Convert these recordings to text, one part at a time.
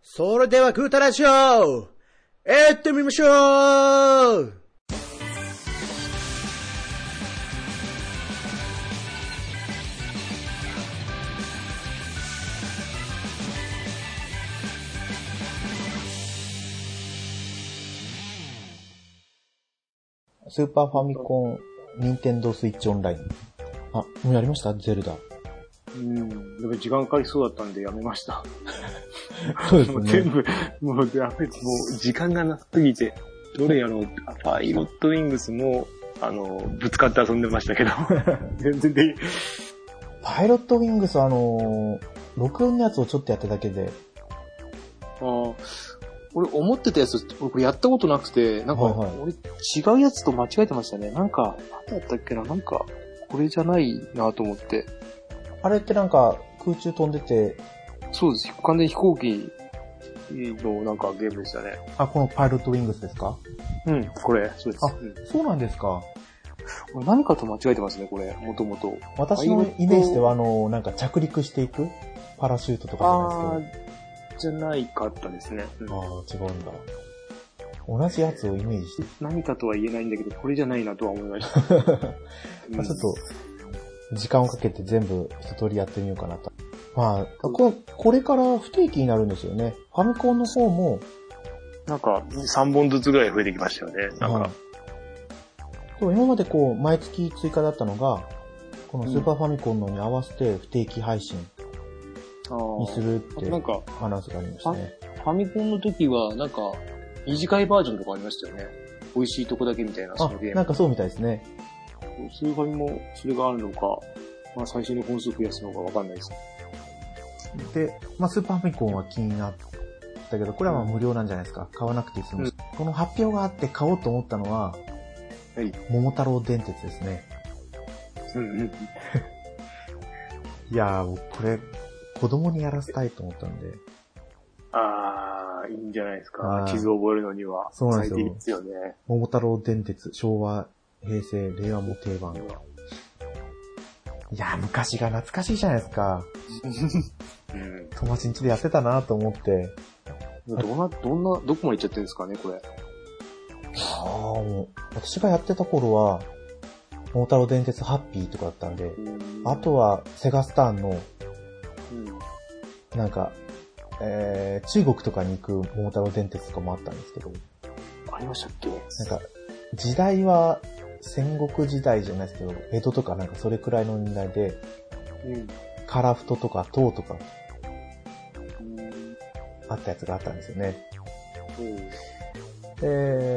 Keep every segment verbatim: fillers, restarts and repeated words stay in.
それではグータラジオ行ってみましょう。 スーパーファミコン、ニンテンドースイッチオンライン。あ、もうやりましたゼルダ。 うん。でも時間かかりそうだったんでやめました。 そうですね。 もう全部、もうやめ、もう時間がなさすぎて、どれやろうって、パイロットウィングスも、あの、ぶつかって遊んでましたけど。全然で、 パイロットウィングスはあのー、録音のやつをちょっとやっただけで。 ああ。俺思ってたやつ、俺これやったことなくて、なんか、 はいはい、 俺違うやつと間違えてましたね。なんか、何だったっけな、なんか、これじゃないなと思って。 あれってなんか空中飛んでて。 そうです。完全に飛行機のなんかゲームでしたね。 あ、このパイロットウィングスですか？ うん、これ、そうです。 あ、うん、そうなんですか。 俺何かと間違えてますね、これ、もともと。 私のイメージではあの、なんか着陸していくパラシュートとかじゃないですけど。 じゃないかったですね。 うん、ああ、違うんだ。同じやつをイメージして。 何かとは言えないんだけど、これじゃないなとは思いました。 まあちょっと、時間をかけて全部一通りやってみようかなと。まあ、ここれから不定期になるんですよね。ファミコンの方も。 なんか、さんぼんずつぐらい増えてきましたよね。なんか。 うん、今までこう、毎月追加だったのが、このスーパーファミコンのに合わせて不定期配信にするってアナウンスがありましたね。 ファミコンの時は、なんか、短いバージョンとかありましたよね。美味しいとこだけみたいな、 そのゲーム。あ、なんかそうみたいですね。 スーファミもそれがあるのか、まあ最初に本数増やすのかわかんないです。 で、まあスーパーファミコンは気になったけど、これはまあ無料なんじゃないですか。買わなくて済むし、うん。この発表があって買おうと思ったのは、はい。桃太郎電鉄ですね。うんうん。いやー、これ、子供にやらせたいと思ったんで。 あー、いいんじゃないですか。地図を覚えるのには。 そうなんですよ。 最適ですよね。 桃太郎電鉄、昭和、平成、令和も定番。いやー、昔が懐かしいじゃないですか。うん、友達ん家でやってたなと思って。 どんな、どんな、どこまで行っちゃってるんですかね、これ。 ああ、もう、私がやってた頃は、桃太郎電鉄ハッピーとかだったんで、んあとはセガスターンの、うん、なんか、えー、中国とかに行く桃太郎電鉄とかもあったんですけど。 ありましたっけ？ なんか、時代は戦国時代じゃないですけど、江戸とかなんかそれくらいの年代で、うん、カラフトとかトウとか、あったやつがあったんですよね。うん、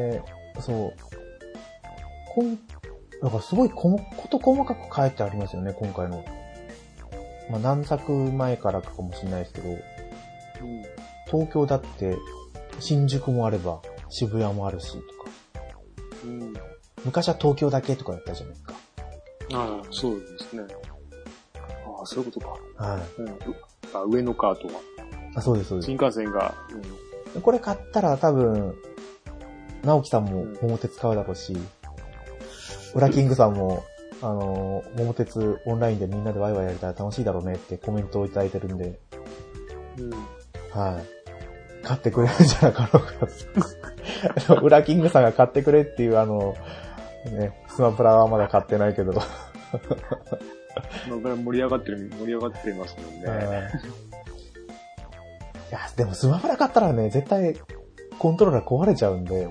で、そう。こん、なんかすごいこも、こと細かく書いてありますよね、今回の。まあ何作前からかかもしれないですけど、うん、東京だって新宿もあれば渋谷もあるしとか、うん、昔は東京だけとかやったじゃないですか。 ああ、そうですね。ああ、そういうことか。 はい。 うん、あ、上野かとは。 あ、そうです、そうです。 新幹線が、 うん。これ買ったら多分、直樹さんも桃鉄買うだろうし、ウラキングさんも、あの、桃鉄オンラインでみんなでワイワイやれたら楽しいだろうねってコメントをいただいてるんで、うん、はい。買ってくれるんじゃなかろうかと。ウラキングさんが買ってくれっていうあの、ね、スマブラはまだ買ってないけど。スマブラ盛り上がってる、盛り上がってますもんね。 いや、でもスマブラ買ったらね、絶対コントローラー壊れちゃうんで、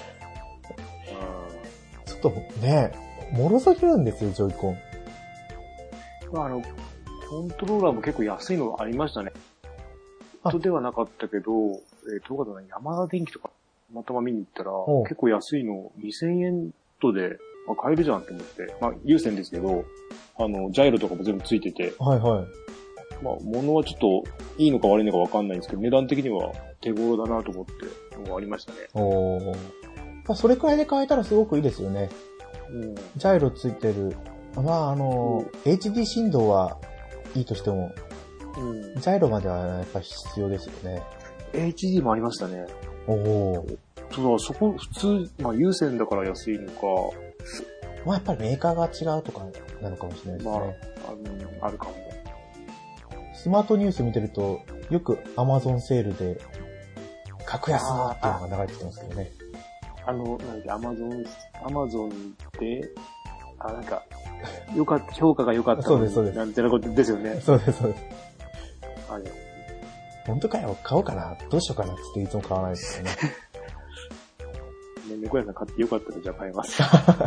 ちょっとね、もろすぎるんですよ、ジョイコン。 まあ、あの、コントローラーも結構安いのありましたね。とではなかったけど、えー、どうかだな、山田電機とか、たまたま見に行ったら、結構安いの、にせんえんとで、あ、買えるじゃんって思って。まあ、有線ですけど、あの、ジャイロとかも全部ついてて。 はいはい。 まあ、物はちょっと、いいのか悪いのかわかんないんですけど、値段的には手頃だなと思って、のがありましたね。 おー。まあ、それくらいで買えたらすごくいいですよね。うん。ジャイロついてる。まあ、あの、うん、エイチディー 振動はいいとしても、うん、ジャイロまではやっぱ必要ですよね。 エイチディー もありましたね。 おー。 そうだ、そこ、普通、まあ、有線だから安いのか。 まあ、やっぱりメーカーが違うとかなのかもしれないですね。まあ、 あ, あるかも。 スマートニュース見てると、よく Amazon セールで格安のっていうのが流れてきてますけどね。 あの、なんだっけ、アマゾン、アマゾンで、あ、なんか、よかった、評価が良かった。 そうです、そうです。 なんてなことですよね。 そうです、そうです。 あれ。 本当かよ、買おうかな、どうしようかなっていつも買わないですよね。 ね、猫屋さん買ってよかったらじゃあ買います。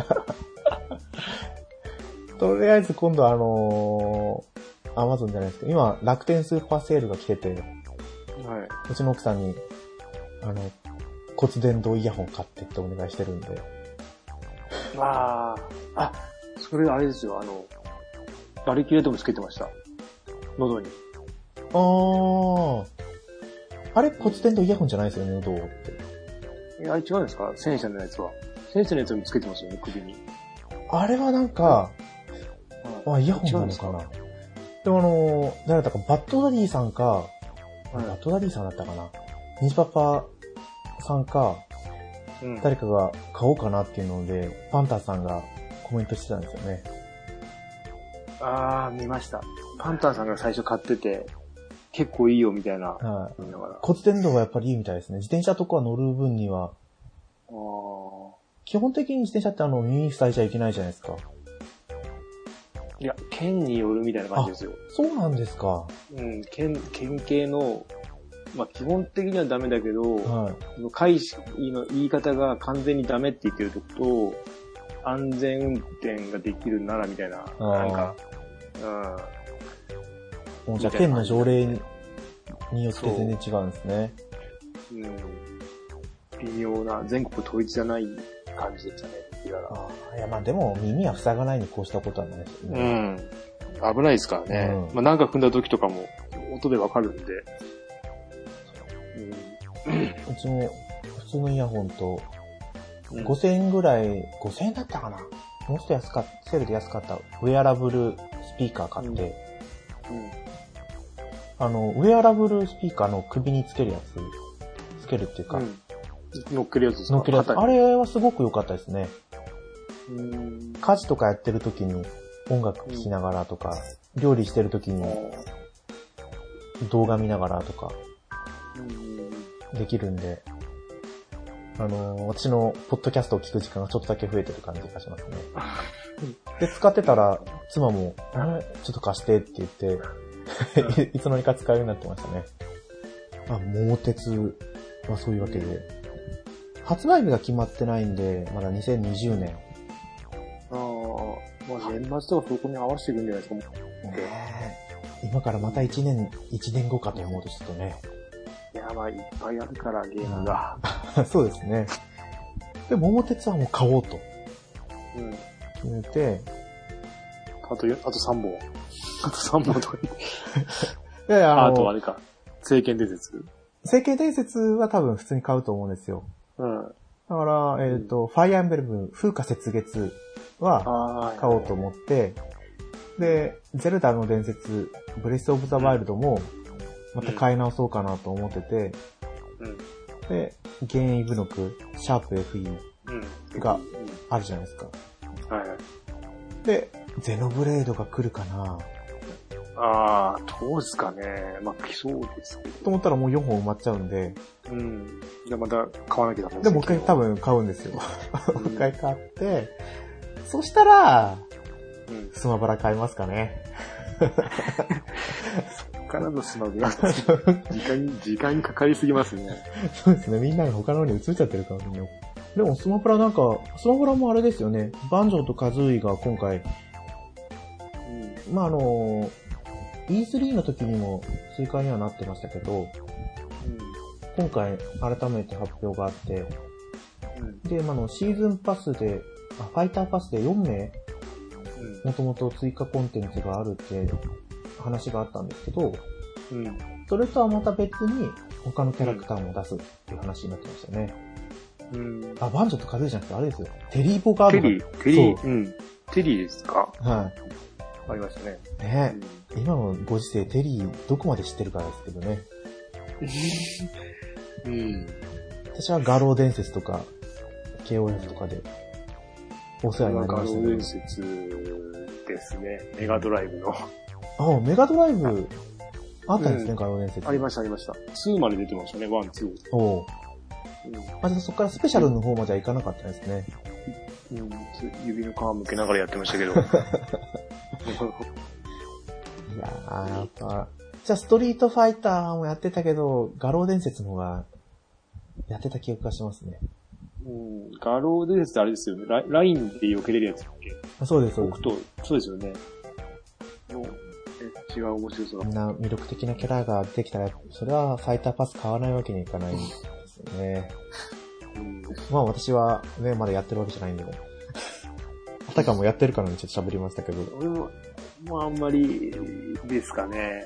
とりあえず今度あのー、アマゾンじゃないですけど、今、楽天スーパーセールが来てて、はい。うちの奥さんに、あの、骨伝導イヤホン買ってってお願いしてるんで。 ああ、あ、それあれですよ、あの、バリキュレでもつけてました。喉に。 あー。あれ骨伝導イヤホンじゃないですよね、喉って。 いや、違うんですか？戦車のやつは。戦車のやつもつけてますよね、首に。 あれはなんか、うん、あ、イヤホンなのかな。でもあの、誰だったか、バッドダディさんか、はい、バッドダディさんだったかな。ニジパパさんか、うん、誰かが買おうかなっていうので、パンターさんがコメントしてたんですよね。 あー、見ました。パンターさんが最初買ってて、結構いいよみたいな。はい。 骨伝導がやっぱりいいみたいですね。自転車とか乗る分には。あ基本的に自転車ってあの耳塞いじゃいけないじゃないですか。 いや、県によるみたいな感じですよ。 そうなんですか。 うん、県、県系の、まあ基本的にはダメだけど、はい、会社の言い方が完全にダメって言ってるとこと、安全運転ができるならみたいな、なんか、 うん。もうじゃあ県の条例によって全然違うんですね。 う、うん、微妙な、全国統一じゃない感じでしたね。 あいやまあでも耳は塞がないにこうしたことはないですよね。 うん。危ないですからね。うん、まあなんか踏んだ時とかも音でわかるんで。 うん、うちも普通のイヤホンとごせんえんぐらい、ごせんえんだったかな。もうちょっと安かった、セールで安かったウェアラブルスピーカー買って、うんうん、あのウェアラブルスピーカーの首につけるやつ、つけるっていうか、うん、 乗っけるやつですか？ 乗っけるやつ。あれはすごく良かったですね。うん家事とかやってる時に音楽聴きながらとか、うん、料理してる時に動画見ながらとかできるんで、あのー、私のポッドキャストを聞く時間がちょっとだけ増えてる感じがしますね。で、使ってたら妻も、あれちょっと貸してって言っていつの間にか使うようになってましたね。あ、桃鉄はそういうわけで。発売日が決まってないんで、まだにせんにじゅうねん。 ああ、まあ年末とかそこに合わせていくんじゃないですか。 ねえ。今からまたいちねん、いちねんごかと思うとちょっとね。 いや、まあいっぱいあるからゲームが。 そうですね。で、桃鉄はもう買おうと。うん。決めて。 あと、あとさんぼん。あとさんぼんとかに。いやいや、 あとあれか。聖剣伝説。 聖剣伝説は多分普通に買うと思うんですよ。うん。だから、えっ、ー、と、うん、ファイアーエンブレム、風花雪月は買おうと思って、で、ゼルダの伝説、ブレスオブザワイルドもまた買い直そうかなと思ってて、うん、で、ゲーンイブノク、シャープ エフイー があるじゃないですか。はいはい。で、ゼノブレードが来るかな。 ああ、どうですかね。まあ、来そうですけど。 と思ったらもうよんほん埋まっちゃうんで。 うん。じゃあまた買わなきゃダメですね。 で、もう一回多分買うんですよ。もう一回買って、そしたら、うん、スマブラ買いますかね。 そっからのスマブラ。時間に、時間にかかりすぎますね。 そうですね。みんなが他の方に移っちゃってるからね。でもスマブラなんか、スマブラもあれですよね。バンジョーとカズーイが今回、うん、まあ、あの、イースリー の時にも追加にはなってましたけど、うん、今回改めて発表があって、うん、で、まあの、シーズンパスで、あファイターパスでよんめい、もともと追加コンテンツがあるって話があったんですけど、うん、それとはまた別に他のキャラクターも出すっていう話になってましたね。うん、あ、バンジョーとカズーイじゃなくてあれですよ。テリーボガード。 テリー、テリー、うん。テリーですか？はい。ありましたね。 ねえ、うん、今のご時世テリーどこまで知ってるかですけどね。うん、私はガロー伝説とか ケーオーエフ とかでお世話になりましたね。 ガロー伝説ですね。メガドライブの。 あ、メガドライブ。 あったんですね、 うん、 画廊伝説。 ありましたありました。ツーまで出てましたね、ワン、ツー。 おう。 うん、 あ、そこからスペシャルの方まではいかなかったですね。 うん、指の皮向けながらやってましたけど。 いやー、やっぱ、じゃあストリートファイターもやってたけど、画廊伝説の方が、やってた記憶がしますね。 うん、画廊伝説ってあれですよね。ラ, ラインで避けれるやつだっけ？ あ、そうです、そうです。 僕と、そうですよね。のえ違う面白さが。 こんな魅力的なキャラができたら、それはファイターパス買わないわけにいかないですよね。 うん、 まあ私はね、まだやってるわけじゃないんで。あたかもやってるからにちょっと喋りましたけど。 俺も、まああんまりですかね。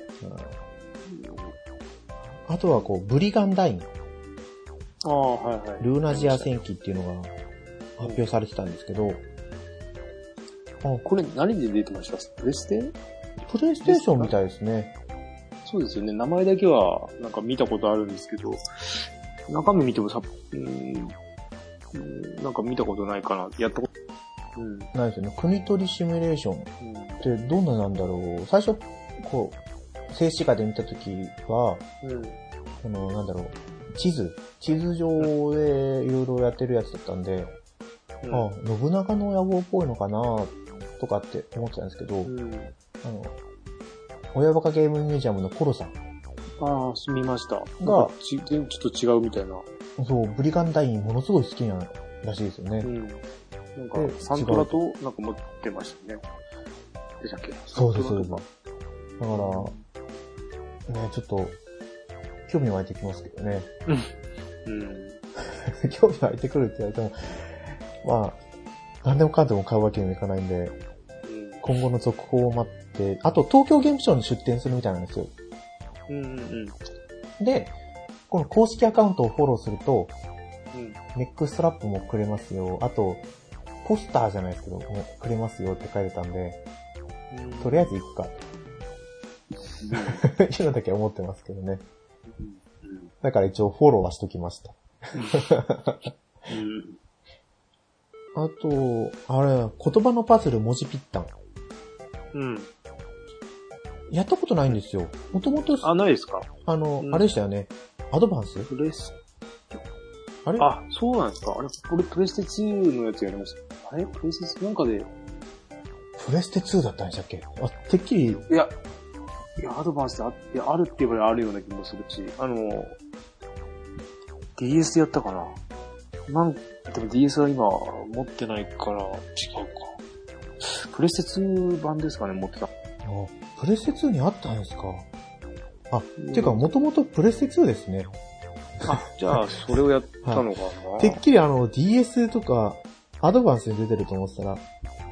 うん、あとはこう、ブリガンダイン。 ああ、はいはい。 ルーナジア戦記っていうのが発表されてたんですけど。 あ、これ何で出てました？プレステ？ プレイステーションみたいですね。 そうですよね。名前だけはなんか見たことあるんですけど、中身見てもさ、うーん、なんか見たことないかな。やったこと、うん。 ないですよね。国取りシミュレーションってどんななんだろう。最初、こう、静止画で見たときは、 うん、 この、なんだろう。地図地図上でいろいろやってるやつだったんで、うん、あ、信長の野望っぽいのかなとかって思ってたんですけど、うん、あの、親バカゲームミュージアムのコロさん。 ああ、見ました。 が、 ちちょっと違うみたいな。 そう、ブリガンダインものすごい好きならしいですよね。うん。 なんか、サントラとなんか持ってましたね。でしたっけ？ そうです、そうです。だから、ね、ちょっと、興味湧いてきますけどね。うん。うん、興味湧いてくるって言われても、まあ、何でもかんでも買うわけにもいかないんで、うん、今後の続報を待って、あと東京ゲームショウに出展するみたいなんですよ。うんうんうん、で、この公式アカウントをフォローすると、うん、ネックストラップもくれますよ。あと、ポスターじゃないですけど、もくれますよって書いてたんで、うん、とりあえず行くか。うん、いうのだけ思ってますけどね。だから一応フォローはしときました。うん、あと、あれ、言葉のパズル文字ぴったん。うん。やったことないんですよ。もともと、 あ、ないですか？ あの、うん、あれでしたよね。アドバンス？ プレス。 あれ？ あ、そうなんですか？あれ、これプレステツーのやつやりました。あれプレステツーなんかで。 プレステツーだったんでしたっけ？あ、てっきり。 いや、いや、アドバンスってあ、いや、あるって言えばあるような気もするし、あの、ディーエス でやったかな？なんでも ディーエス は今持ってないから違うか。プレステツー版ですかね、持ってた。あ、 プレステツーにあったんですか？あ、うん、ていうか、もともとプレステツーですね。 あ、じゃあ、それをやったのかな、 はい、てっきりあの、ディーエス とか、アドバンスに出てると思ってたら。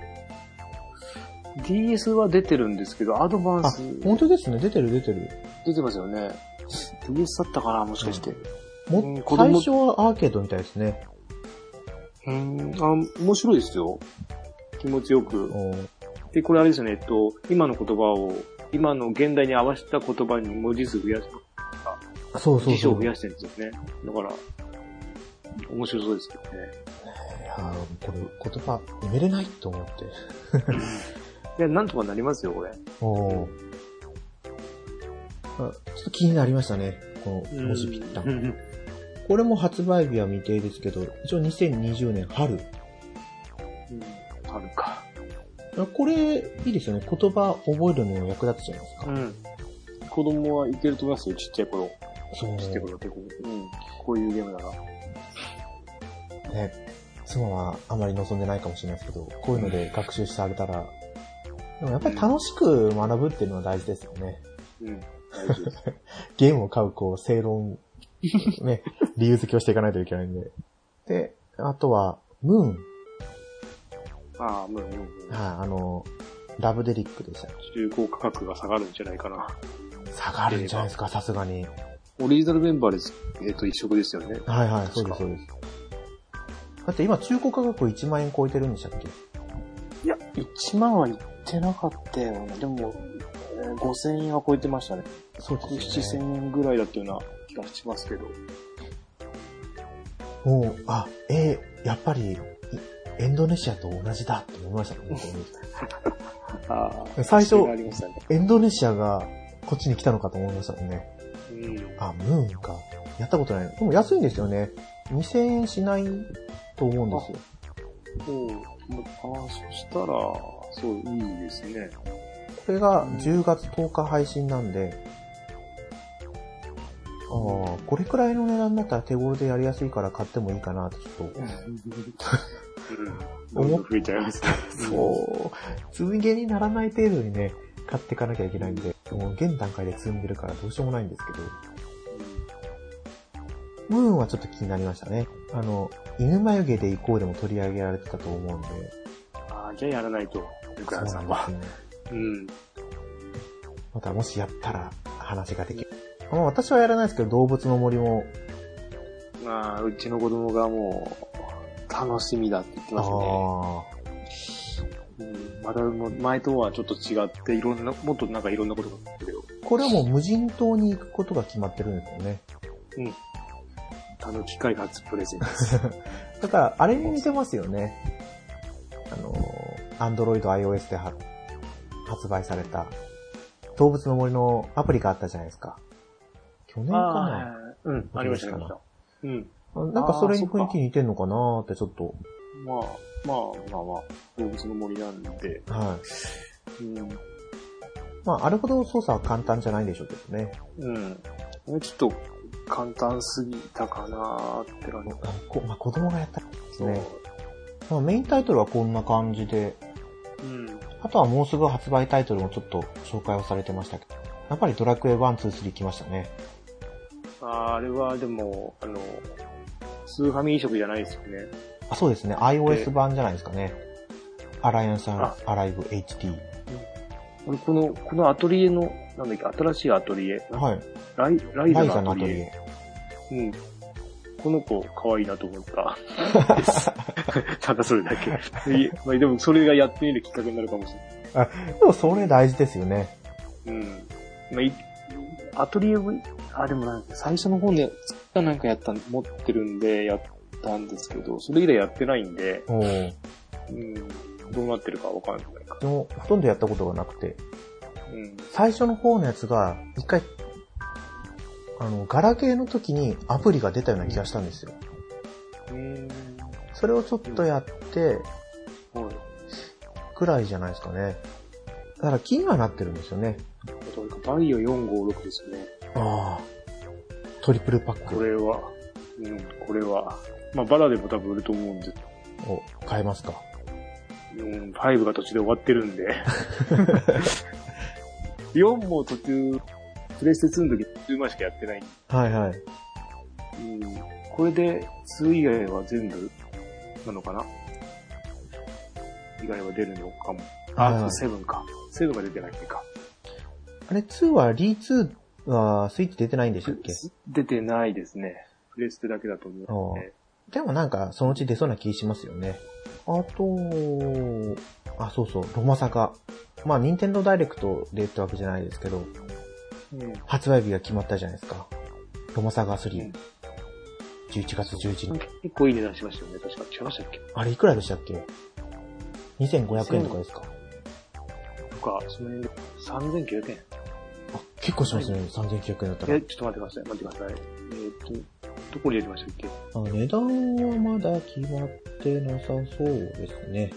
ディーエス は出てるんですけど、アドバンス。 あ、本当ですね。出てる出てる。 出てますよね。ディーエス だったかな、もしかして。 うん、も最初はアーケードみたいですね。 うん、あ、面白いですよ。気持ちよく。で、これあれですよね、えっと、今の言葉を、今の現代に合わせた言葉に文字数増やすとか、 そうそうそう。 辞書を増やしてるんですよね。だから、面白そうですけどね。 いやー、これ言葉埋めれないと思って。 いや、なんとかなりますよ、これ。 おー。ちょっと気になりましたね、この文字ぴったん。これも発売日は未定ですけど、一応にせんにじゅうねん春。うん、 春か。 これ、いいですよね。言葉覚えるのに役立つじゃないですか。うん。 子供はいけると思いますよ、ちっちゃい頃。 そう。 ちっちゃい頃ってこう。うん。こういうゲームだな。 ね。妻はあまり望んでないかもしれないですけど、こういうので学習してあげたら、でもやっぱり楽しく学ぶっていうのは大事ですよね。うん。大事です。ゲームを買う、こう、正論、ね、理由付けをしていかないといけないんで。で、あとは、ムーン。 ああ、ムーン、ムーン。 はい、あの、ラブデリックでした。 中古価格が下がるんじゃないかな。 下がるんじゃないですか、さすがに。 オリジナルメンバーです。えっ、ー、と、一色ですよね。 はいはい、そうです、そうです。だって今、中古価格いちまん円超えてるんでしたっけ？ いや、いちまんはいってなかったよね。でも、えー、ごせんえんは超えてましたね。 そうですね。 ななせんえんぐらいだったような気がしますけど。 もう、あ、えー、やっぱり、エンドネシアと同じだって思いましたね。あ最初、ね、エンドネシアが、 こっちに来たのかと思いましたもんね。 うん。 あ、ムーンか。やったことない。でも安いんですよね。にせんえんしないと思うんですよ。 そう。ああ、そしたら、そう、いいですね。 これがじゅうがつとおか配信なんで、ああ、これくらいの値段だったら手頃でやりやすいから買ってもいいかなってちょっと。 うん。思っ増えちゃいますね。 そう。積み毛にならない程度にね、買っていかなきゃいけないんで、もう現段階で積んでるからどうしようもないんですけど。ムーンはちょっと気になりましたね。あの、犬眉毛で行こうでも取り上げられてたと思うんで。 ああ、じゃあやらないと、ルカさんは。そうなんですね。うん。 またもしやったら話ができる。まあ、私はやらないですけど、動物の森も。 まあ、うちの子供がもう、楽しみだって言ってますね。あうん、まだ前とはちょっと違って、いろんな、もっとなんかいろんなことがあってるよ。 これはもう無人島に行くことが決まってるんですよね。 うん。あの機械発プレゼンです。 だから、あれに似てますよね。あの、Android、iOS で発売された、動物の森のアプリがあったじゃないですか。去年かなうん、ありました、ありました。うん。 なんかそれに雰囲気似てんのかなーってちょっと。 まあ、まあまあまあ、動物の森なんで。 はい。 うん。 まあ、あれほど操作は簡単じゃないんでしょうけどね。 うん。ちょっと簡単すぎたかなーって感じ。 こまあ、子供がやったんですね。まあ、メインタイトルはこんな感じで。うん。あとはもうすぐ発売タイトルもちょっと紹介をされてましたけど。やっぱりドラクエワン、ツー、スリー来ましたね。 あ, あれはでも、あの、スーファミ移植じゃないですよね。 あ、そうですね。iOS 版じゃないですかね。アライアンスアライブ エイチディー。 この、このアトリエの、なんだっけ、新しいアトリエ。 はい。 ライ、ライザのアトリエ。うん。この子、可愛いなと思った。ただそれだけ。まあ、でも、それがやってみるきっかけになるかもしれない。 あ、でもそれ大事ですよね。 うん。まあ、アトリエを、あ、でもなんか最初の方で、なんかやった、持ってるんで、やったんですけど、それ以来やってないんで、 おー。 うん、どうなってるかわかんないか。 でも、ほとんどやったことがなくて、 うん、 最初の方のやつが、一回、あの、ガラケーの時にアプリが出たような気がしたんですよ。 うん、 それをちょっとやって、 うん、 くらいじゃないですかね。だから気にはなってるんですよね。 バイオよんごろくですよね。 ああ。トリプルパック。 これは、うん、これは、まあバラでも多分売ると思うんで。 お、買えますか。 うん、ごが途中で終わってるんで。よんも途中、プレステツーの時途中までしかやってない。 はいはい。 うん、これでに以外は全部なのかな以外は出るのかも。あ、ななか。ななが出てないっけか。 あれ、ツーはリーツーはスイッチ出てないんでしたっけ？ 出てないですね。プレステだけだと思う、ね。 でもなんか、そのうち出そうな気しますよね。あと、あ、そうそう、ロマサガ。まあ、ニンテンドーダイレクトでってわけじゃないですけど、うん、発売日が決まったじゃないですか。ロマサガスリー。うん、じゅういちがつじゅういちにち。 結構いい値段しましたよね。確か。違いましたっけ？ あれ、いくらでしたっけ？にせんごひゃくえんとかですか？ とか、その辺でさんぜんきゅうひゃくえん。 あ、結構しますね。はい、さんぜんきゅうひゃくえんだったら。 え、ちょっと待ってください。待ってください。えー、っと、どこにやりましたっけ？ あ、値段はまだ決まってなさそうですね。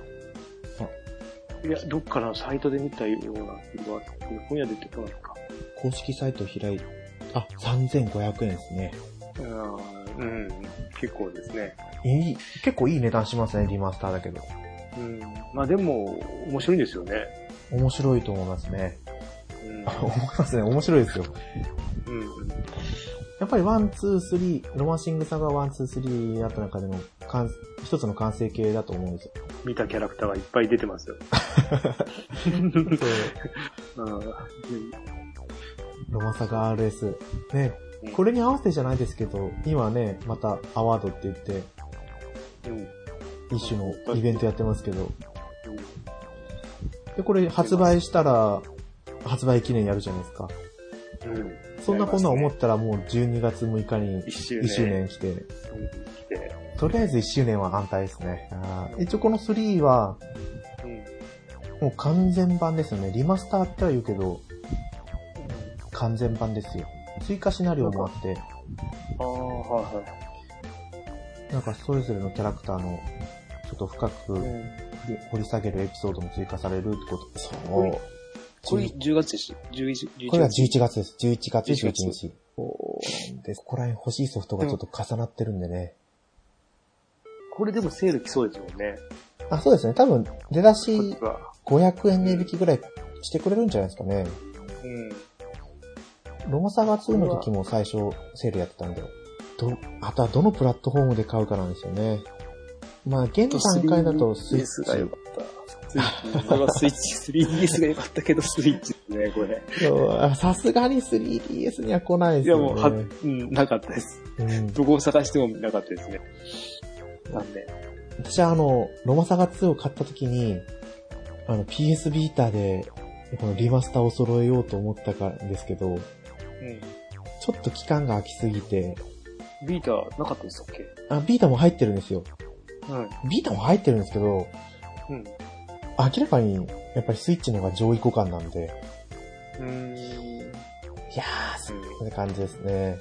あ、いや、どっかのサイトで見たような気が、本屋出てこないか。 公式サイト開い、あ、さんぜんごひゃくえんですね。 うん、結構ですね。 いい、結構いい値段しますね、リマスターだけど。 うん、まあでも、面白いんですよね。 面白いと思いますね。 うん、 思いますね、面白いですよ。 うん、 やっぱりワン、ツー、スリー、ロマンシングサガワン、ツー、スリーあった中でも、一つの完成形だと思うんですよ。 見たキャラクターがいっぱい出てますよ。 そう。ロマサガ アールエス。ね、うん、これに合わせてじゃないですけど、今ね、またアワードって言って、うん、一種のイベントやってますけど、うん、で、これ発売したら、発売記念やるじゃないですか。うん、そんなこんな思ったらもうじゅうにがつむいかにいっしゅうねん来て、うん、とりあえずいっしゅうねんは安泰ですね。あ、一応このスリーは、うん、もう完全版ですよね。リマスターっては言うけど、 完全版ですよ。追加シナリオもあって。 ああ、はいはい。 なんかそれぞれのキャラクターのちょっと深く掘り下げるエピソードも追加されるってことです。 そう。これじゅうがつでしょ？じゅういち、 これはじゅういちがつです。じゅういちがつじゅういちにち。で、ここら辺欲しいソフトがちょっと重なってるんでね。 これでもセール来そうですもんね。 あ、そうですね。多分、出だしごひゃくえん値引きぐらいしてくれるんじゃないですかね。うん。ロマサガツーの時も最初セールやってたんで。ど、あとはどのプラットフォームで買うかなんですよね。まあ、現段階だとスイッチ。スリーディーエス が良かった。スイッチ。これはスイッチ、スリーディーエス が良かったけど、スイッチですね、これ。 さすがに スリーディーエス には来ないですよね。いや、もう、は、 うん、なかったです。うん、どこを探してもなかったですね。なんで。 私はあの、ロマサガツーを買った時に、あの、ピーエス ビータで、このリマスターを揃えようと思ったからですけど、うん、ちょっと期間が空きすぎて、 ビータなかったでしたっけ？ あ、ビータも入ってるんですよ。 はい。 ビータも入ってるんですけど、うん。明らかに、やっぱりスイッチの方が上位互換なんで。うーん。いやー、そんな感じですね。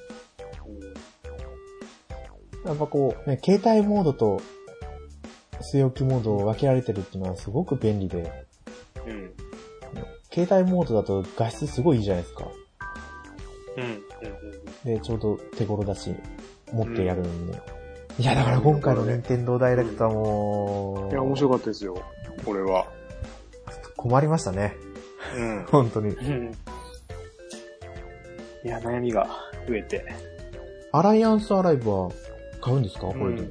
うん、やっぱこう、ね、携帯モードと、据え置きモードを分けられてるっていうのはすごく便利で。うん。携帯モードだと画質すごいいいじゃないですか。うん。で、ちょうど手頃だし、持ってやるんで。うん、いや、だから今回の任天堂ダイレクトはもう、 いや、面白かったですよ。これは。 困りましたね。うん。本当に。うん。 いや、悩みが増えて。 アライアンスアライブは買うんですかこれで。うん、い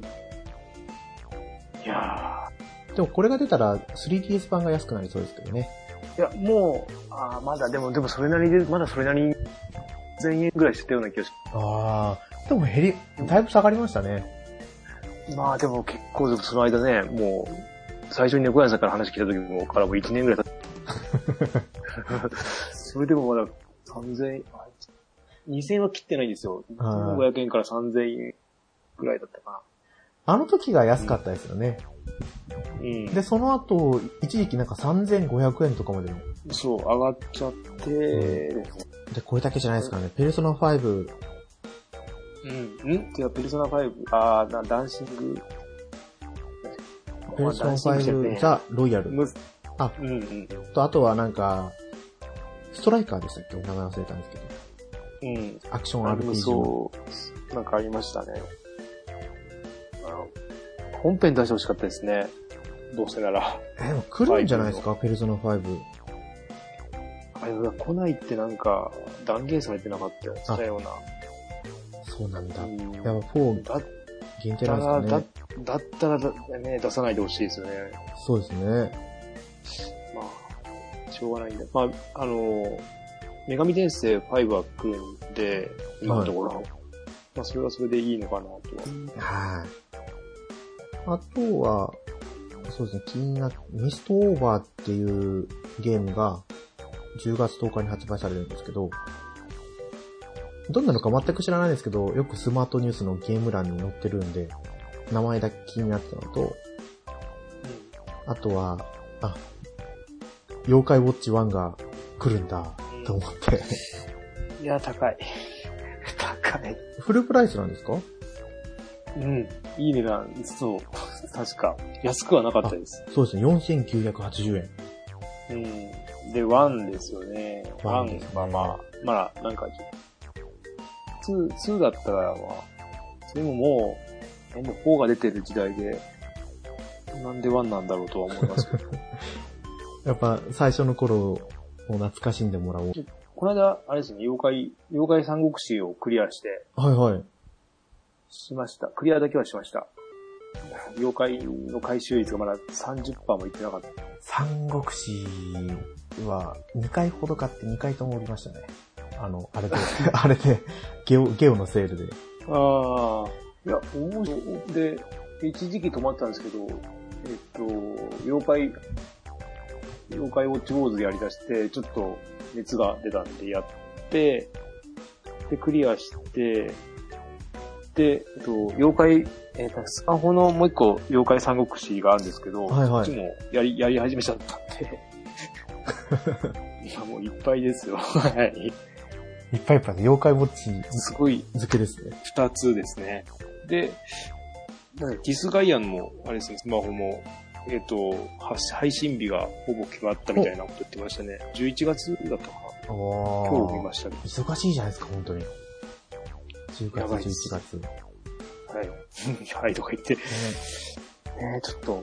やー。でもこれが出たら スリーディーエス 版が安くなりそうですけどね。 いや、もう、あまだ、でも、でもそれなりで、まだそれなりにせんえんぐらいしてたような気がします。 ああ、でも減り、だいぶ下がりましたね。 まあでも結構その間ね、もう、最初に猫屋さんから話聞いた時もからもういちねんぐらい経ってそれでもまださんぜんえん、にせんえんは切ってないんですよ。にせんごひゃくえんからさんぜんえんぐらいだったかな。 あの時が安かったですよね。うん、で、その後、一時期なんかさんぜんごひゃくえんとかまで。 そう、上がっちゃって、うん、 で、これだけじゃないですかね。ペルソナファイブ。 うん。んてか、ペルソナファイブ、あー、なダンシング。 ペルソナファイブ、ザ・ロイヤル。あ、うんうん。と、あとはなんか、ストライカーでしたっけ？名前忘れたんですけど。うん。アクション アールピージー。 そう、なんかありましたね。あの、本編出してほしかったですね。どうせなら。 え、でも来るんじゃないですか？ペルソナファイブ。 あれが来ないってなんか断言されてなかったような。 そうなんだ。うん、やっぱフォーだ限定なんですかね。 だ、だったらだ、ね、出さないでほしいですよね。 そうですね。 まあ、しょうがないんだ。まあ、あの、女神転生ファイブは来るんで、今のところ。はい、まあ、それはそれでいいのかなとは。 はい。あとは、そうですね、気にな、ミストオーバーっていうゲームがじゅうがつとおかに発売されるんですけど、どんなのか全く知らないんですけど、よくスマートニュースのゲーム欄に載ってるんで、名前だけ気になってたのと、あとは、あ、妖怪ウォッチワンが来るんだ、と思って。 いや、高い。高い。 フルプライスなんですか？ うん。いい値段。そう。確か。安くはなかったです。 そうですね。よんせんきゅうひゃくはちじゅうえん。うん。で、ワンですよね。ワン。まあまあ、まあ、なんか、ツー、ツーだったら、まあ、それももう、もうフォーが出てる時代で、なんでワンなんだろうとは思いますけど。 やっぱ、最初の頃を懐かしんでもらおう。 この間、あれですね、妖怪、妖怪三国志をクリアして。 はいはい。 しました。クリアだけはしました。妖怪の回収率がまだ さんじゅっパーセント もいってなかった。 三国志はにかいほど買ってにかいともおりましたね。あの、あれで、あれで、ゲオ、ゲオのセールで。 ああ。いや、面白い。で、一時期止まってたんですけど、えっと、妖怪、妖怪ウォッチウォーズでやり出して、ちょっと熱が出たんでやって、で、クリアして、で、えっと、妖怪、えっと、スマホのもう一個、妖怪三国志があるんですけど、 はいはい、 こっちもやり、やり始めちゃったんで。今もういっぱいですよ。はい。 いっぱいいっぱいで妖怪ウォッチすごい付けですね。 二つですね。で、なんかディスガイアンも、あれですね、スマホも、えっ、ー、と、配信日がほぼ決まったみたいなこと言ってましたね。じゅういちがつだったかな。今日見ましたね。 忙しいじゃないですか、本当に。じゅうがつ、じゅういちがつ。 はい。はい、とか言って。ねえー、ちょっと。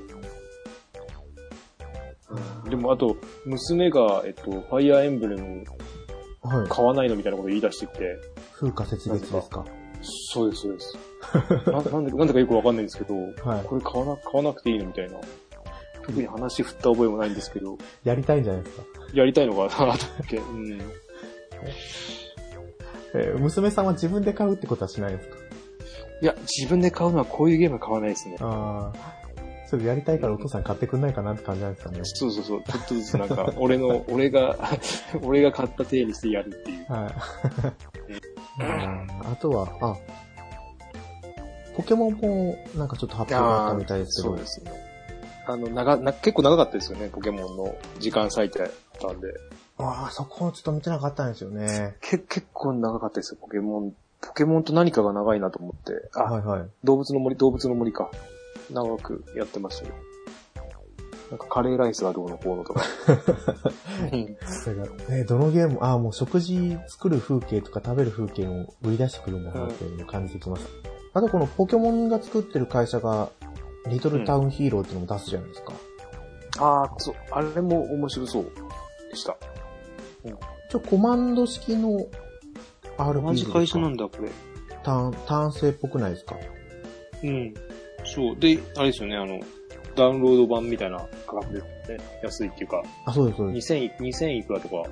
うん、でも、あと、娘が、えっと、ファイアーエンブレム、買わないのみたいなこと言い出してきて。 風化節別ですか？ そうです、そうです。な, なんでなんでかよくわかんないんですけど、はい、これ買わな、買わなくていいのみたいな。特に話振った覚えもないんですけど。 やりたいんじゃないですか？ やりたいのかなと思って。うん。 えー、娘さんは自分で買うってことはしないですか？ いや、自分で買うのはこういうゲームは買わないですね。 ああ。それやりたいからお父さん買ってくんないかなって感じなんですかね。 そうそうそう。ちょっとずつなんか、俺の、俺が、俺が買った体にしてやるっていう。はい。 あとは、あ、ポケモンもなんかちょっと発表があったみたいですけど。 そうですね。あの、長、な、結構長かったですよね、ポケモンの時間割いてたんで。 ああ、そこをちょっと見てなかったんですよね。 け、結構長かったですよ、ポケモン。ポケモンと何かが長いなと思って。あ、 はいはい。 動物の森、動物の森か。長くやってましたよ。なんかカレーライスがどうのこうのとか。 それがね、どのゲーム、ああ、もう食事作る風景とか食べる風景も売り出してくるんだなっていうのを感じてきました。うん、あとこのポケモンが作ってる会社が、リトルタウンヒーローっていうのも出すじゃないですか。 うん、ああ、そう、あれも面白そうでした。 うん、ちょ、コマンド式の アールピージー ですか？同じ会社なんだ、これ。 単、単性っぽくないですか？ うん。そう。で、あれですよね、あの、ダウンロード版みたいな価格ですね。安いっていうか。 あ、そうです、そうです。 にせん、にせんいくらとか。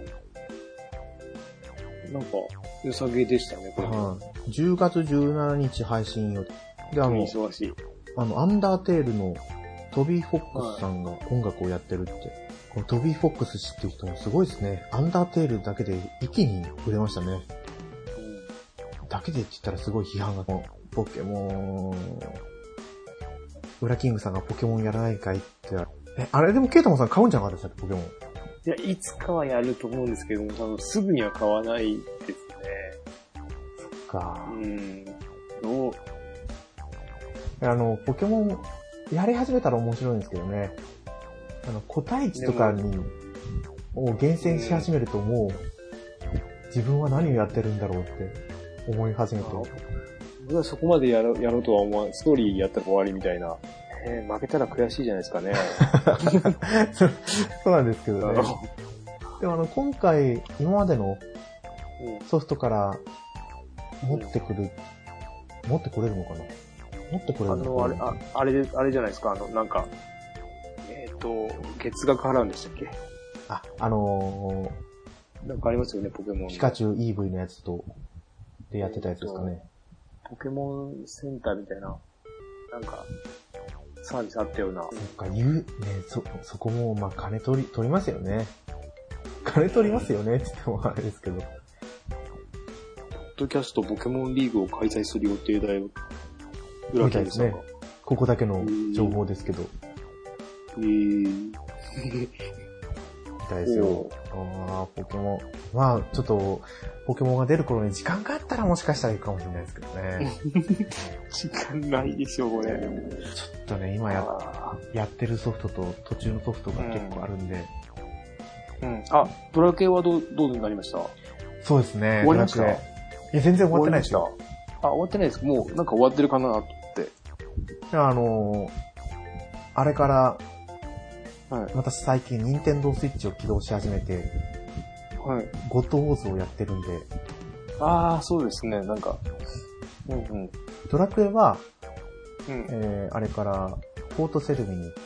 なんか、良さげでしたね、これ。 はい。じゅうがつじゅうしちにち配信予定。で、あの、 忙しい。 あの、アンダーテールのトビー・フォックスさんが音楽をやってるって。はい、このトビー・フォックス知ってる人もすごいですね。アンダーテールだけで一気に売れましたね。うん、だけでって言ったらすごい批判が、ポケモン、ウラキングさんがポケモンやらないかいって。え、あれでもケイタマンさん買うんじゃなかったでしたっけ、ポケモン。 いや、いつかはやると思うんですけども、多分すぐには買わないですね。 そっか。 うん。どうあの、ポケモン、やり始めたら面白いんですけどね。あの、個体値とかに、を厳選し始めるともう、自分は何をやってるんだろうって思い始めて。 僕はそこまでやろやろうとは思わない。ストーリーやったら終わりみたいな。えー、負けたら悔しいじゃないですかね。 そ, そうなんですけどね。でもあの、今回、今までのソフトから持ってくる、うん、持ってこれるのかな持ってこれるのかなあの、あれ、ああれで、あれじゃないですか。あの、なんか、えっ、ー、と、月額払うんでしたっけ？ あ、あのー、なんかありますよね、ポケモン。 ピカチュウ イーブイ のやつと、でやってたやつですかね。 ポケモンセンターみたいな、なんか、サービスあったような。そっか、言う、ね、そ、そこも、まあ、金取り、取りますよね。金取りますよねって言ってもあれですけど。 ポッドキャストポケモンリーグを開催する予定だよ。 裏切りですね。ここだけの情報ですけど。 えー。みたいですよ。ああ、ポケモン。まあ、ちょっと、ポケモンが出る頃に時間があったらもしかしたらいいかもしれないですけどね。 時間ないでしょ、これ。ちょっとね、今や、やってるソフトと途中のソフトが結構あるんで。 うん。うん、あ、ドラクエはどう、どうなりました？ そうですね。 終わりました？いや、全然終わってないですよ。 あ、終わってないです。もう、なんか終わってるかなと思って。 あのー、あれから、 はい、 私最近、ニンテンドースイッチを起動し始めて、 はい。 ゴッドウォーズをやってるんで。 ああ、そうですね。なんか、うんうん。 ドラクエは、 うん、 えー、あれから、ポートセルミに行って、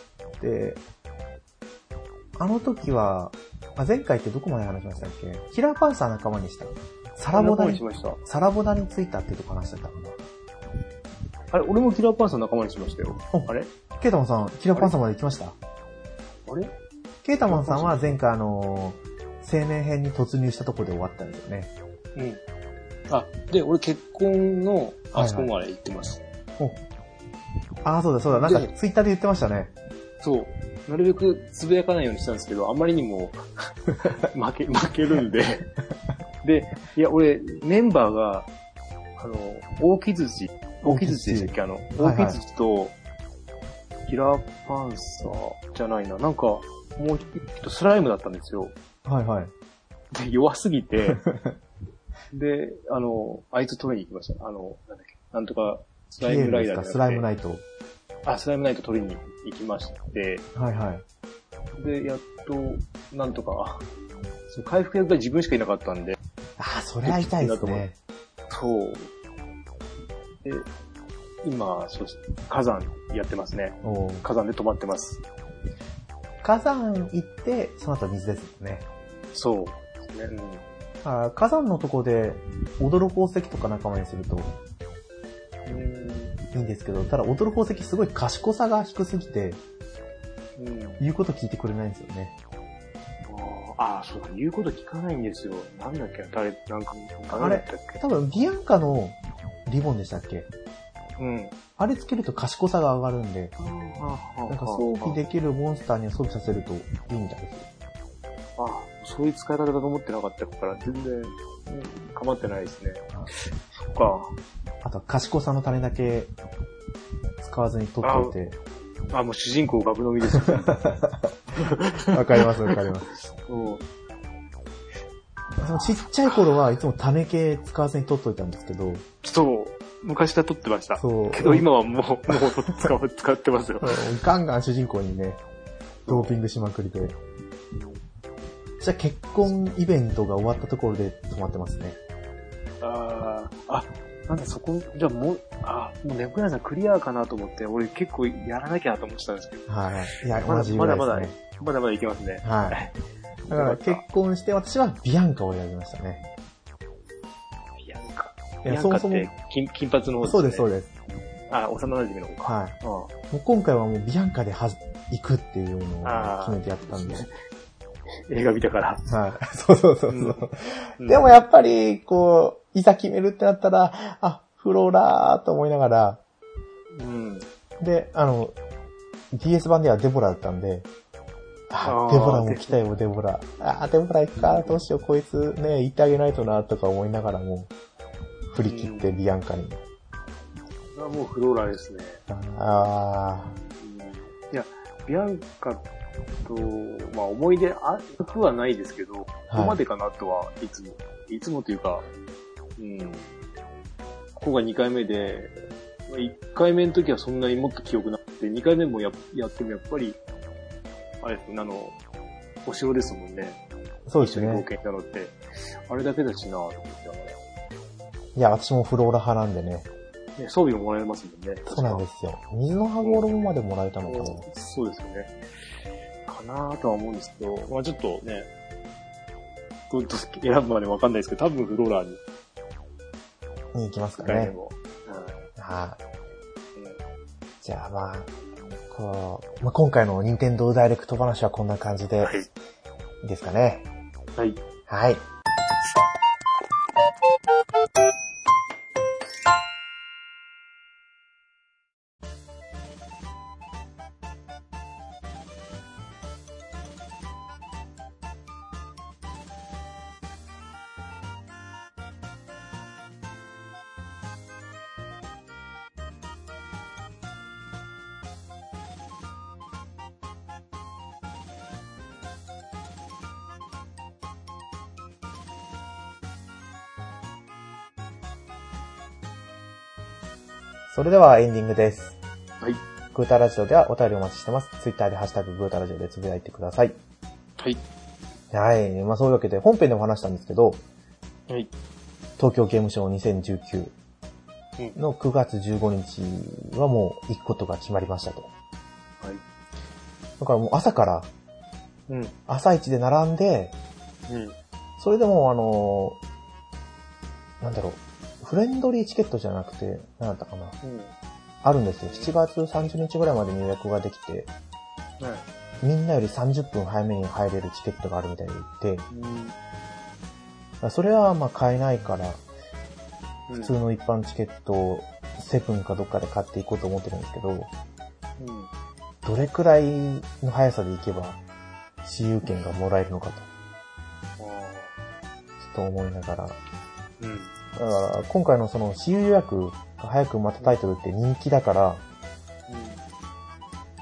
あの時は、あ、前回ってどこまで話しましたっけ？キラーパンサー仲間にした。サラボダに、サラボダについたっていうとこ話してたかな。 あれ、俺もキラーパンサー仲間にしましたよ。あれ？ ケータマンさん、キラーパンサーまで行きました？ あれ？ ケータマンさんは前回あのー、青年編に突入したとこで終わったんですよね。 うん。あ、で、俺結婚のあそこまで行ってます。 はいはい、おああ、そうだそうだ。なんかツイッターで言ってましたね。 そう。なるべくつぶやかないようにしたんですけど、あまりにも負け、負けるんで、 で、いや、俺、メンバーが、あの、大木槌、大木槌でしたっけあの、大木槌と、キラーパンサーじゃないな、なんか、もう一人スライムだったんですよ。 はいはい。 で、弱すぎて、で、あの、あいつ取りに行きました。あの、なんだっけ、なんとか、スライムライダーじゃなくて。 スライムナイト。 あ、スライムナイト取りに行きまして、 はいはい。 で、やっと、なんとか、その回復役が自分しかいなかったんで。 ああ、それは痛いですね。 そう。で、今、そうです。火山やってますね。火山で止まってます。 火山行って、その後水ですよね。 そうですね。 うん、あ火山のとこで、踊る宝石とか仲間にすると、いいんですけど、ただ踊る宝石すごい賢さが低すぎて、うん、言うこと聞いてくれないんですよね。 ああ、そうか、言うこと聞かないんですよ。なんだっけ、誰、なんか、誰だったっけ。 多分、ビアンカのリボンでしたっけ。 うん。 あれつけると賢さが上がるんで、なんか装備できるモンスターには装備させるといいみたいですよ。 ああ、そういう使い方だと思ってなかったから、全然、うん、構ってないですね。そっか。 あと、賢さの種だけ使わずに取っておいて。 ああ、もう主人公ガブ飲みですよ。 わかりますわかります。うん。ちっちゃい頃はいつも種系使わずに取っといたんですけど。 そう。昔は取ってました。 そう。 けど今はもう、もう使う、使ってますよ。 ガンガン主人公にね、ドーピングしまくりで。じゃあ結婚イベントが終わったところで止まってますね。 ああ、あ、なんだそこ、じゃあもう、あ、もう猫屋さんクリアかなと思って、俺結構やらなきゃなと思ってたんですけど。 はい。いや、 まだまだまだ、 ね、 まだまだいけますね。 はい。だから結婚して私はビアンカを選びましたね。 ビアンカ。 いや、そもそも金、金髪の方ですね。 そうです、そうです。 あ、幼馴染の方か。 はい。うん、もう今回はもうビアンカでは行くっていうのを決めてやったんで。 映画見たから。 はい。そうそうそうそう、うん。でもやっぱり、こう、いざ決めるってなったら、あ、フローラーと思いながら、うん。で、あの、ディーエス 版ではデボラだったんで、あ、デボラも来たよ、デボラ。あ、デボラ行くか、どうしよう、こいつね、行ってあげないとな、とか思いながらも、振り切ってビアンカに。 うん、もうフローラーですね。 ああ、 うん。いや、ビアンカと、まあ思い出あなくはないですけど、はい、ここまでかなとはいつも、いつもというか、うん。ここがにかいめで、いっかいめの時はそんなにもっと記憶なくて、にかいめも や, やってもやっぱり、あれですね、あの、お城ですもんね。 そうですね。 一緒に冒険したのって、あれだけだしなぁと思ってたから。 いや、私もフローラ派なんでね。 ね、装備ももらえますもんね。 そうなんですよ。水の羽衣までもらえたのかな。 そうですよね。かなぁとは思うんですけど、まあちょっとね、どう選ぶまでわかんないですけど、多分フローラーに。 に行きますかね。はい。 はじゃあまあ、こう、まあ、今回の任天堂ダイレクト話はこんな感じで、はい、いいですかね。 はい。 はい。それではエンディングです。 はい。 グータラジオではお便りお待ちしてます。ツイッターでハッシュタググータラジオでつぶやいてください。 はい。 はい。まあそういうわけで本編でも話したんですけど、 はい。 東京ゲームショウにせんじゅうきゅうのくがつじゅうごにちはもう行くことが決まりましたと。はい。だからもう朝から、うん。朝一で並んで、うん。それでもあの、なんだろう。フレンドリーチケットじゃなくて、何だったかな、うん、あるんですよ。しちがつさんじゅうにちぐらいまでに予約ができて、うん、みんなよりさんじゅっぷん早めに入れるチケットがあるみたいで言って、うん、それはまあ買えないから、普通の一般チケットをセブンかどっかで買っていこうと思ってるんですけど、うん、どれくらいの速さで行けば、私有券がもらえるのかと。ちょっと思いながら。 うん。 だから、今回のその、私有予約が早くまたタイトルって人気だから、うん。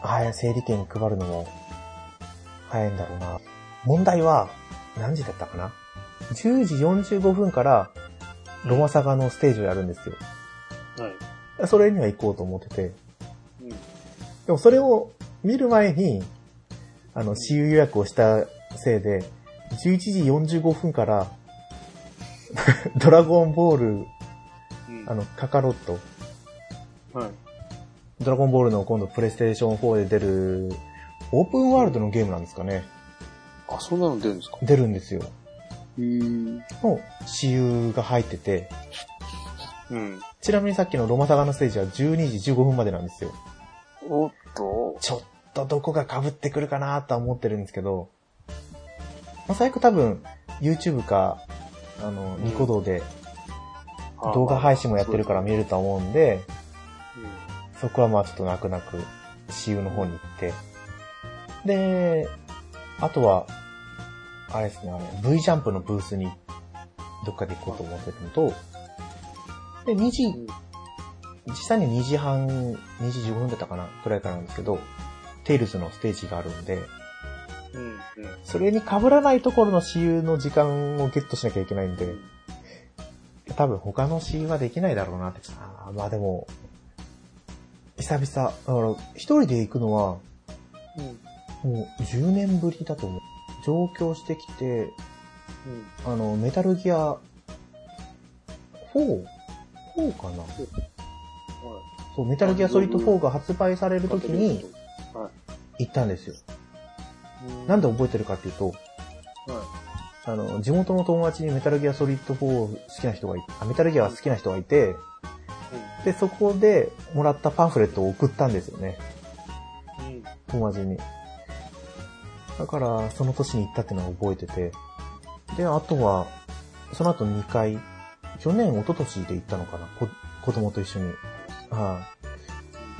はい、整理券配るのも、早いんだろうな。問題は、何時だったかな ?じゅうじよんじゅうごふんから、ロマサガのステージをやるんですよ。はい。それには行こうと思ってて。うん。でもそれを見る前に、あの、私有予約をしたせいで、じゅういちじよんじゅうごふんから、ドラゴンボール、うん、あの、カカロット。はい。ドラゴンボールの今度プレイステーションフォーで出る、オープンワールドのゲームなんですかね。 あ、そんなの出るんですか？ 出るんですよ。 へー。 の私有が入ってて、 うん。 ちなみにさっきのロマサガのステージはじゅうにじじゅうごふんまでなんですよ。 おっと。 ちょっとどこが被ってくるかなとは思ってるんですけど、まあ、最悪多分 YouTube か、あの、ニコ動で動画配信もやってるから見れると思うんで、うん、そこはまあちょっと泣く泣く私有の方に行って、で、あとは、あれですね、あれ、V ジャンプのブースにどっかで行こうと思ってるのと、で、にじ、実際ににじはん、にじじゅうごふんだったかなくらいからなんですけど、テイルズのステージがあるんで、うんうん、それに被らないところの私有の時間をゲットしなきゃいけないんで、多分他の私有はできないだろうなって。あまあでも、久々、だから一人で行くのは、うん、もうじゅうねんぶりだと思う。上京してきて、うん、あの、メタルギアフォー、フォーかな、はい、そう、メタルギアソリッドフォーが発売されるときに行ったんですよ。なんで覚えてるかっていうと、はい、あの、地元の友達にメタルギアソリッドフォー好きな人がいて、あ、メタルギア好きな人がいて、うん、で、そこでもらったパンフレットを送ったんですよね。うん、友達に。だから、その年に行ったっていうのを覚えてて。で、あとは、その後にかい、去年、一昨年で行ったのかな、こ子供と一緒に。はい、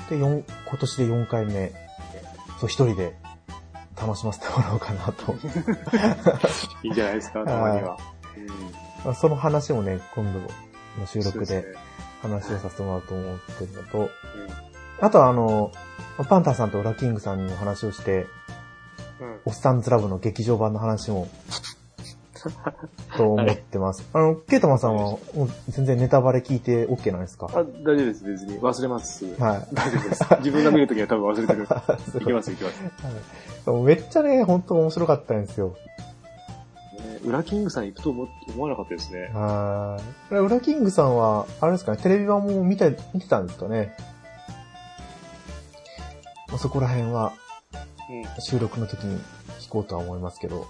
で、四今年でよんかいめ。そう、一人で楽しませてもらおうかなと。 いいんじゃないですか、たまには。 うん、その話もね、今度の収録で話をさせてもらおうと思ってるのと、うん、あとはあの、パンタンさんとラキングさんにも話をして、うん、おっさんずラブの劇場版の話も、と思ってます。はい、あの、ケイタマンさんは、もう全然ネタバレ聞いて OK なんですか？ あ、大丈夫です、別に。忘れます。 はい。 大丈夫です。自分が見るときは多分忘れてる。いきます、いきます。 はい、めっちゃね、本当面白かったんですよ。 ね、ウラキングさん行くと思思わなかったですね。 はい。ウラキングさんは、あれですかね、テレビ版も見て、見てたんですかね。そこら辺は、うん、収録の時に聞こうとは思いますけど。はい。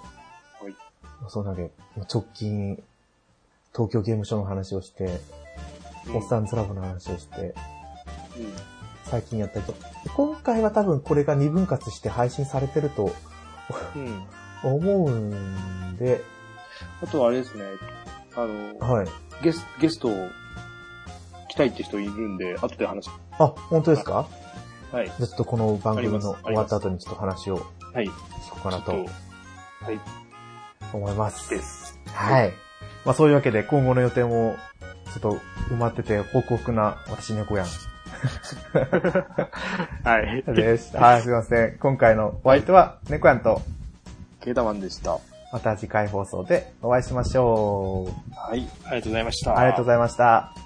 そうだけ、直近、東京ゲームショウの話をして、うん、おっさんずラブの話をして、うん、最近やったりと。今回は多分これがにぶん割して配信されてると、うん、思うんで。 あとはあれですね、あの、 はい。 ゲス、ゲストを来たいって人いるんで、後で話。 あ、本当ですか？ はい。 じゃあちょっとこの番組の終わった後にちょっと話を、 はい。 聞こうかなと。はい。思います。 です。 はい。まあそういうわけで今後の予定もちょっと埋まっててホクホクな私猫やん。 はい。 です。はい、すいません。今回のお相手は猫やんとケータマンでした。 また次回放送でお会いしましょう。はい。ありがとうございました。 ありがとうございました。